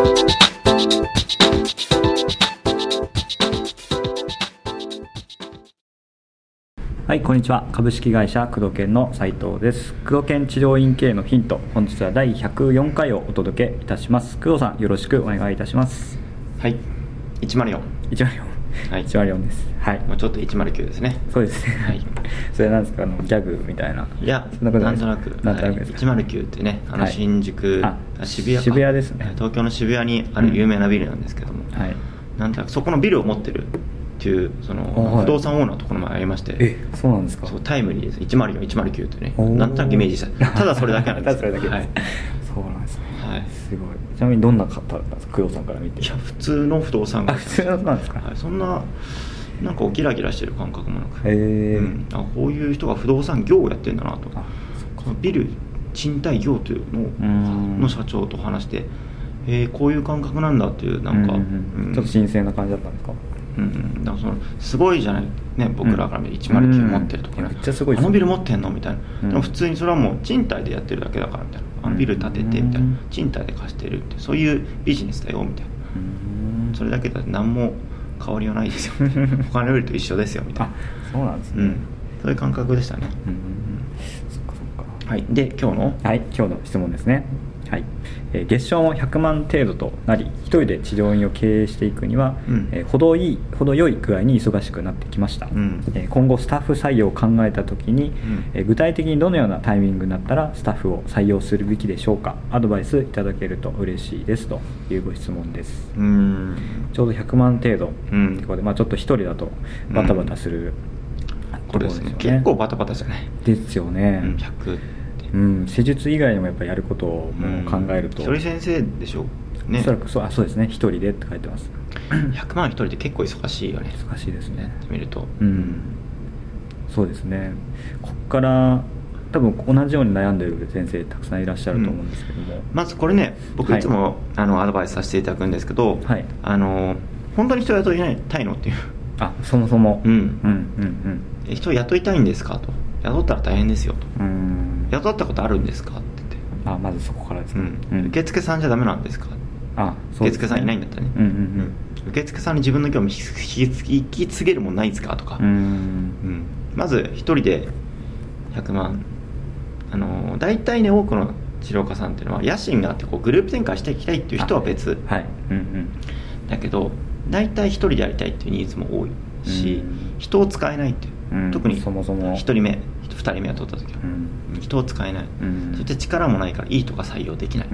はい、こんにちは。株式会社工藤研の斉藤です。工藤研治療院経営のヒント、本日は第104回をお届けいたします。工藤さん、よろしくお願いいたします。 はい、104。 はい、104です。はい。 もうちょっと109ですね。 そうですね。はい。それなんですか、ギャグみたいな。 いや、 そんなことなんとなくですか。 109ってね、新宿、渋谷か。 渋谷ですね。 東京の渋谷にある有名なビルなんですけども、 はい。 なんとなくそこのビルを持ってるっていうその不動産オーナーとこの前ありまして、 そうなんですか。 そうタイムリーです。104、109ってね、なんとなくイメージした。ただそれだけなんです。 ただそれだけです。 はい。 そうなんですね。はい。すごい。ちなみにどんな方だったんですか、工藤さんから見て。 いや、普通の不動産会社。 普通のなんですか。 はい。そんななんかギラギラしてる感覚もなく、こういう人が不動産業をやってるんだなと。そのビル賃貸業というの社長と話して、こういう感覚なんだっていう、なんか、ちょっと新鮮な感じだったんですか。 だからすごいじゃないね、僕らから見て109持ってるとかね、 めっちゃすごいですね。 あのビル持ってんのみたいな、でも普通にそれはもう賃貸でやってるだけだからみたいな、あのビル建ててみたいな、賃貸で貸してるって、そういうビジネスだよみたいな、それだけだと何も変わりはないですよ他の料理と一緒ですよみたいな。 そうなんですね。 そういう感覚でしたね。 そっかそっか。 はい。で今日の質問ですね。はい。月賞も100万程度となり、一人で治療院を経営していくには、程よい具合に忙しくなってきました。今後スタッフ採用を考えた時に、具体的にどのようなタイミングになったらスタッフを採用するべきでしょうか。アドバイスいただけると嬉しいですというご質問です。ちょうど100万程度ということで、ちょっと一人だとバタバタする、 これですね。結構バタバタじゃないですよね。 100 施術以外にもやっぱりやることを考えると、 一人先生でしょね。 おそらくそうですね。一人でって書いてます。 100万一人で結構忙しいよね。 忙しいですね。 見ると、 そうですね。こっから多分同じように悩んでる先生たくさんいらっしゃると思うんですけども、 まずこれね、僕いつも、アドバイスさせていただくんですけど、本当に人を雇いたいのっていう、 そもそも人を雇いたいんですかと、雇ったら大変ですよと、雇ったことあるんですかって言って、 まずそこからですね。 受付さんじゃダメなんですか。受付さんいないんだったらね、受付さんに自分の業務引き継げるもんないですかとか、まず一人で100万、大体ね、多くの治療家さんっていうのは野心があってこうグループ展開していきたいっていう人は別、だけど大体一人でやりたいっていうニーズも多いし、人を使えないっていう、特にそもそも 1人目2人目を取った時は、人を使えない、そして力もないからいい人が採用できない、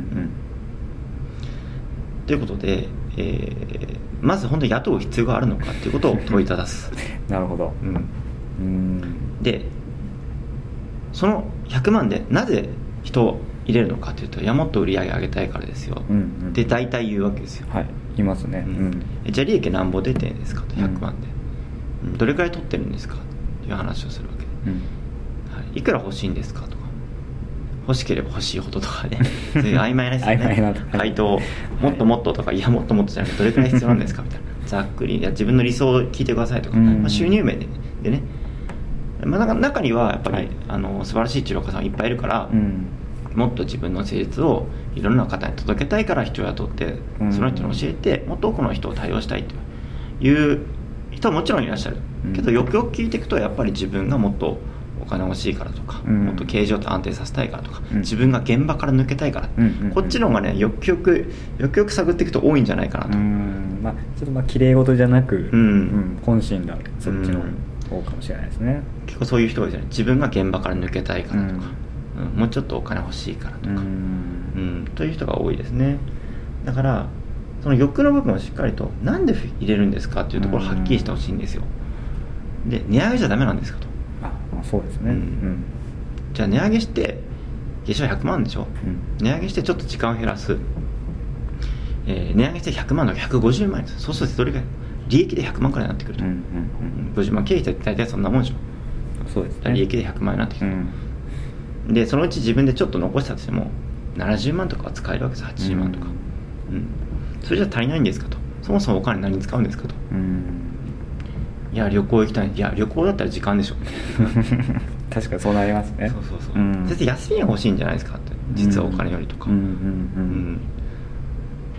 ということで、まず本当に雇う必要があるのかっていうことを問いただすなるほど。 でその100万でなぜ人を入れるのかというと、もっと売り上げ上げたいからですよ、で大体言うわけですよ。 言いますね。 じゃあ利益何ぼ出てるんですかと、100万で、どれくらい取ってるんですかという話をするわけ、いくら欲しいんですかとか、欲しければ欲しいほどとかねそういう曖昧なですね回答、もっともっととか、いやもっともっとじゃなくてどれくらい必要なんですかみたいな、ざっくり、いや自分の理想を聞いてくださいとか、収入面でね、中にはやっぱり、素晴らしい治療家さんはいっぱいいるから、もっと自分の施術をいろんな方に届けたいから人を雇って、その人に教えてもっと多くの人を対応したいという人はもちろんいらっしゃる、けどよくよく聞いていくと、やっぱり自分がもっとお金欲しいからとか、もっと経営状態安定させたいからとか、自分が現場から抜けたいから、こっちの方がね、よくよく探っていくと多いんじゃないかなと。 ちょっと綺麗事じゃなく、本心がそっちの方かもしれないですね。 結構そういう人がいるじゃない。自分が現場から抜けたいからとか、もうちょっとお金欲しいからとか、という人が多いですね。だからその欲の部分をしっかりと、なんで入れるんですかっていうところをはっきりしてほしいんですよ。で、値上げじゃダメなんですかと。 そうですね。 じゃあ値上げして月賞100万でしょ、値上げしてちょっと時間を減らす、値上げして100万の150万円です。そうするとどれぐらい利益で100万くらいになってくると、50万経費って大体そんなもんでしょ。そうですね。利益で100万円になってきた、でそのうち自分でちょっと残したとしても70万とかは使えるわけです。80万とか、それじゃ足りないんですかと。そもそもお金何に使うんですかと、いや旅行行きたい。いや旅行だったら時間でしょ確かにそうなりますね。 先生休みが欲しいんじゃないですかって、実はお金よりとか、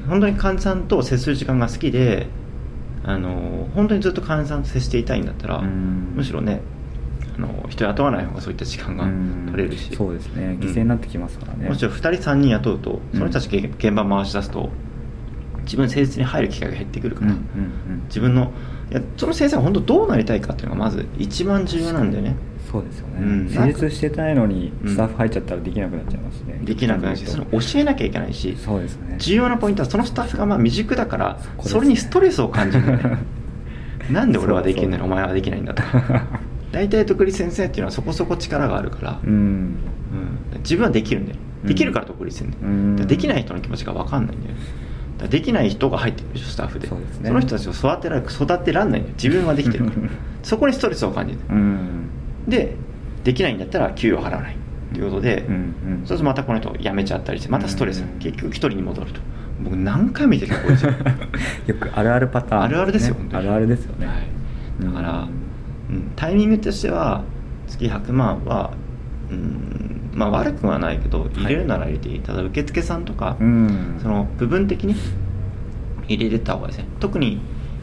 本当に患者さんと接する時間が好きで、本当にずっと患者さんと接していたいんだったら、むしろね人雇わない方がそういった時間が取れるし、 そうですね、犠牲になってきますからね。 もちろん2人3人雇うとその人たち現場回し出すと自分の施術に入る機会が減ってくるから、自分のその先生が本当どうなりたいかっていうのがまず一番重要なんだよね。 そうですよね、施術してたいのにスタッフ入っちゃったらできなくなっちゃいますね、 できなくなるし、それ教えなきゃいけないし、 そうですね、 重要なポイントはそのスタッフがまあ未熟だから、それにストレスを感じるんだよねなんで俺はできるのにお前はできないんだと大体独立先生っていうのはそこそこ力があるから、自分はできるんだよ、できるから独立してんだよ、できない人の気持ちが分かんないんだよ。できない人が入ってくるでしょスタッフで、 その人たちを育てらんないんだよ、自分はできてるからそこにストレスを感じる、でできないんだったら給与払わないということで、そうするとまたこの人辞めちゃったりしてまたストレス、結局一人に戻ると。僕何回も見てるこうですよよくあるあるパターン、ね、 あるあるですよ、本当にあるあるですよね、 はい、だから、タイミングとしては月100万はまあ悪くはないけど入れるなら入れていい、ただ受付さんとか、その部分的に入れた方がですね、特に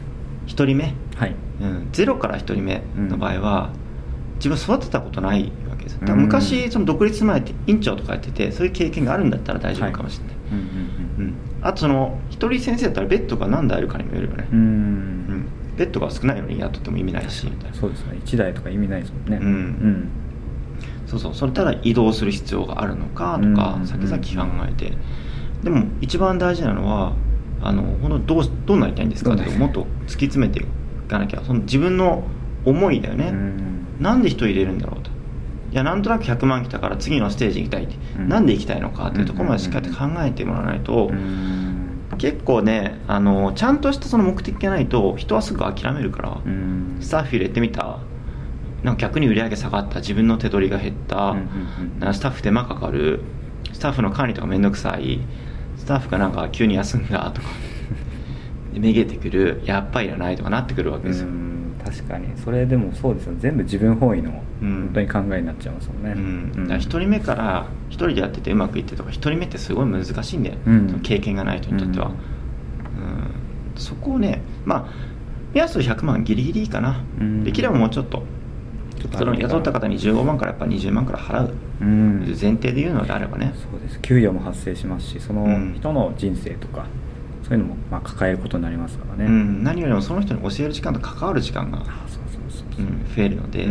1人目、0から1人目の場合は、自分育てたことないわけです。だから昔その独立前って院長とかやっててそういう経験があるんだったら大丈夫かもしれない、あとその一人先生だったらベッドが何台あるかにもよるよね、ベッドが少ないのに雇っても意味ないしみたいな。 そうですね、1台とか意味ないですもんね、 そうそれたら移動する必要があるのかとか先々考えて、でも一番大事なのは本当どうなりたいんですかってもっと突き詰めていかなきゃ、その自分の思いだよね、なんで人入れるんだろうと、いやなんとなく100万来たから次のステージ行きたいって、なんで行きたいのかっていうところまでしっかり考えてもらわないと、結構ねちゃんとしたその目的がないと人はすぐ諦めるから、スタッフ入れてみた、なんか逆に売り上げ下がった、自分の手取りが減った、スタッフ手間かかる、スタッフの管理とかめんどくさい、スタッフがなんか急に休んだとかめげてくる、やっぱりいらないとかなってくるわけですよ。 確かにそれでもそうですよ、全部自分本位の本当に考えになっちゃいますもんね、 だから1人目から1人でやっててうまくいってとか、1人目ってすごい難しいんだよ、その経験がない人にとっては、そこをね、まあ目安100万ギリギリいいかな、できればもうちょっとその雇った方に15万からやっぱ20万から払う前提で言うのであればね、 そうです、給与も発生しますし、その人の人生とか、そういうのもまあ抱えることになりますからね、 何よりもその人に教える時間と関わる時間が増えるので、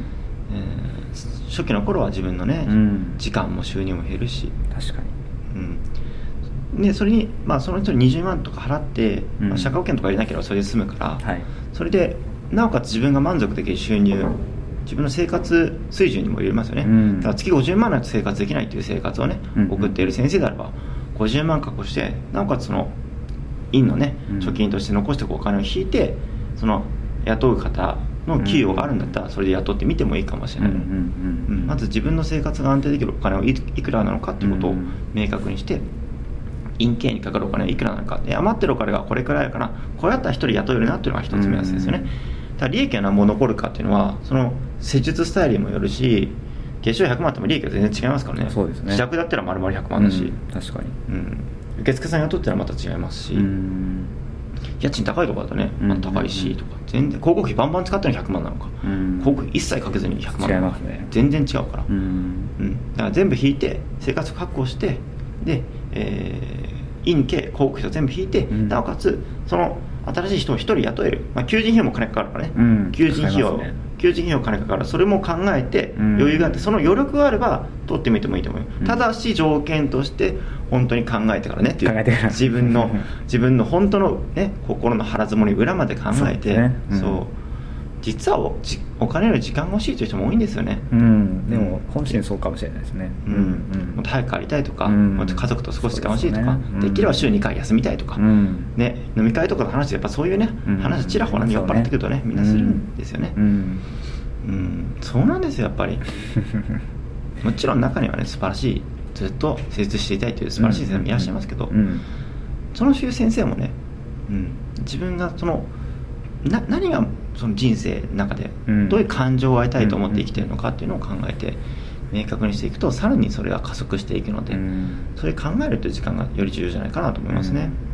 初期の頃は自分のね、時間も収入も減るし、 確かに、でそれに、まあ、その人に20万とか払って、社会保険とか入れなければそれで済むから、それでなおかつ自分が満足できる収入、自分の生活水準にもよりますよね、だから月50万ないと生活できないという生活をね、送っている先生であれば50万確保して、なおかつその院のね貯金として残しておくお金を引いて、その雇う方の給与があるんだったらそれで雇ってみてもいいかもしれない、まず自分の生活が安定できるお金をいくらなのかっていうことを明確にして、院経にかかるお金はいくらなのか、余ってるお金がこれくらいあるから、これだったら1人雇えるなっていうのが一つ目安ですよね。ただ利益が何本残るかっていうのはその施術スタイルにもよるし、月賞100万っても利益が全然違いますからね。 そうですね、 自宅だったら丸々100万だし、 確かに、 受付さん雇ってのはまた違いますし、家賃高いところだとね、高いしとか、全然広告費バンバン使ってるのに100万なのか、広告一切かけずに100万なのか、全然違うから、だから全部引いて生活を確保して、で、院経広告費と全部引いて、なおかつその新しい人を1人雇える、求人費用も金かかるからね、求人費用金かかる、それも考えて余裕があって、その余力があれば取ってみてもいいと思うよ、ただし条件として本当に考えてからねっていう、自分の本当の、ね、心の腹積もり裏まで考えて、そう実はお金より時間が欲しいという人も多いんですよね、 でも本心そうかもしれないですね、 もっと早く帰りたいとか、もっと家族と過ごして楽しいとか、できれば週2回休みたいとか、ね、飲み会とかの話でやっぱそういうね、話ちらほらに酔っ払ってくるとね、みんなするんですよね、そうなんですよやっぱりもちろん中にはね素晴らしい、ずっと施術していたいという素晴らしい先生もいらっしゃいますけど、そういう先生もね、自分がその何がその人生の中でどういう感情を得たいと思って生きているのかっていうのを考えて明確にしていくと、さらにそれが加速していくので、それ考えるという時間がより重要じゃないかなと思いますね。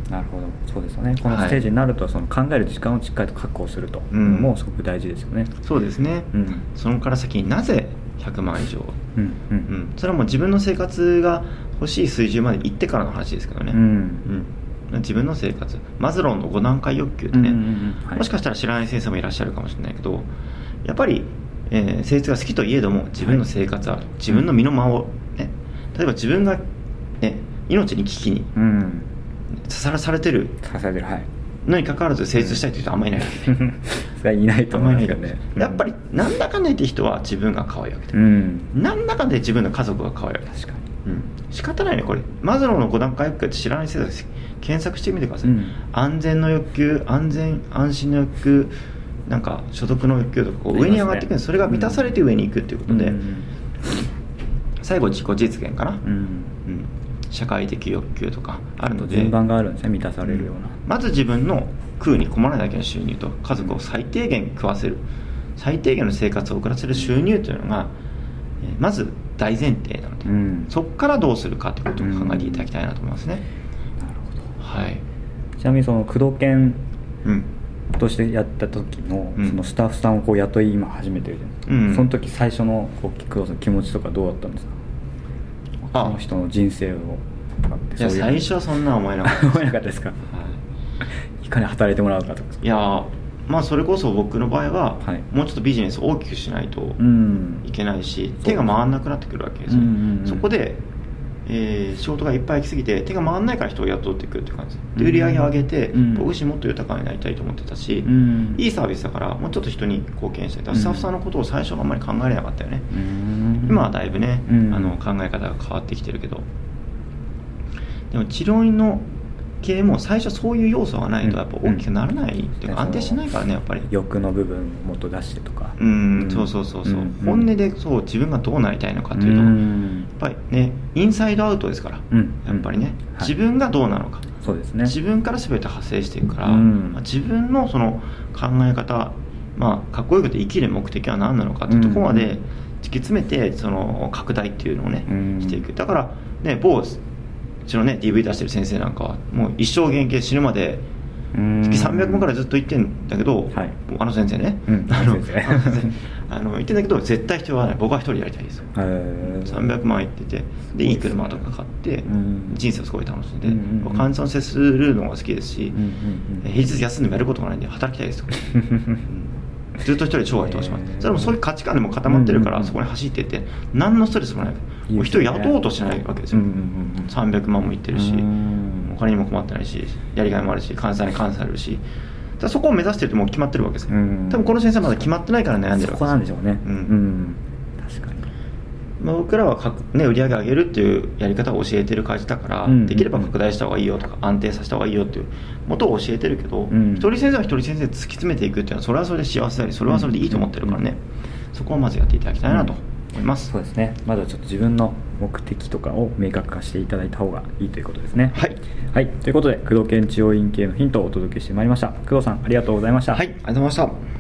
なるほど、そうですよね。このステージになると、その考える時間をしっかりと確保するというのもすごく大事ですよね。 そうですね、そのから先になぜ100万以上、それはもう自分の生活が欲しい水準まで行ってからの話ですけどね、自分の生活、マズローの5段階欲求ってね、もしかしたら知らない先生もいらっしゃるかもしれないけど、やっぱり、生活が好きといえども自分の生活ある、自分の身の回り、例えば自分が、命に危機にさらされてるのに関わらず成立したいという人はあんまりいないわけで、 それはいないと思いますよね。 やっぱりなんだかんだ言って人は自分が可愛いわけで、なんだかんだ自分の家族が可愛いわけで、 確かに、 仕方ないね。これマズローの5段階欲求って知らない生活検索してみてください、安全の欲求、安心の欲求、なんか所得の欲求とか上に上がっていくんです。それが満たされて上に行くっていうことで、最後自己実現かな、社会的欲求とかあるので、 順番があるんですね、満たされるような、 まず自分の食うに困らないだけの収入と家族を最低限食わせる、最低限の生活を送らせる収入というのが、まず大前提なので、そこからどうするかということを考えていただきたいなと思いますね。 なるほど、 はい。 ちなみにその工藤研としてやった時の、そのスタッフさんをこう雇い今始めてるじゃないですか、その時最初の工藤さんの気持ちとかどうだったんですか？その人の人生をいや最初はそんな思えなかった思えなかったですか？いかに働いてもらうかとか。 いやまあそれこそ僕の場合は、もうちょっとビジネスを大きくしないといけないし、手が回らなくなってくるわけですよ、そこで、仕事がいっぱい来すぎて手が回らないから人を雇っていくっていう感じで、売り上げを上げて、僕自身もっと豊かになりたいと思ってたし、いいサービスだからもうちょっと人に貢献したい、スタッフさんのことを最初はあんまり考えれなかったよね、今はだいぶね、考え方が変わってきてるけど、でも治療院の経営も最初そういう要素がないとやっぱ大きくならないっていうか、安定しないからね、やっぱり欲の部分をもっと出してとか、 そう、本音でそう自分がどうなりたいのかというと、やっぱりねインサイドアウトですから、やっぱりね、自分がどうなのか、 そうですね、 自分から全て派生していくから、自分のその考え方、かっこよくて生きる目的は何なのかというところまで突き詰めて、その拡大っていうのをね、していく。だからね、某うちのね DV 出してる先生なんかはもう一生現役死ぬまで月300万くらいずっと言ってるんだけど、あの先生ね、言ってんだけど絶対必要はない、僕は一人やりたいですよ、300万言ってて、でいい車とか買って人生をすごい楽しんで、患者さん接するのが好きですし、平日休んでもやることがないんで働きたいですよずっと一人で生涯通します。それもそういう価値観でも固まってるから、そこに走っていって何のストレスもない、もう人を雇おうとしないわけですよ、300万もいってるし、お金にも困ってないし、やりがいもあるし、患者さんに感謝されるし、だそこを目指してるってもう決まってるわけですよ、多分この先生はまだ決まってないから悩んでるわけです。 そこなんでしょうね、確かに。 僕らは売り上げ上げるっていうやり方を教えてる会社だから、できれば拡大した方がいいよとか安定させた方がいいよっていうことを教えてるけど、一人先生は一人先生突き詰めていくっていうのはそれはそれで幸せだり、それはそれでいいと思ってるからね、そこをまずやっていただきたいなと思います。 そうですね、まずはちょっと自分の目的とかを明確化していただいた方がいいということですね。はい、ということで工藤研治療院系のヒントをお届けしてまいりました。工藤さんありがとうございました。 はい、ありがとうございました。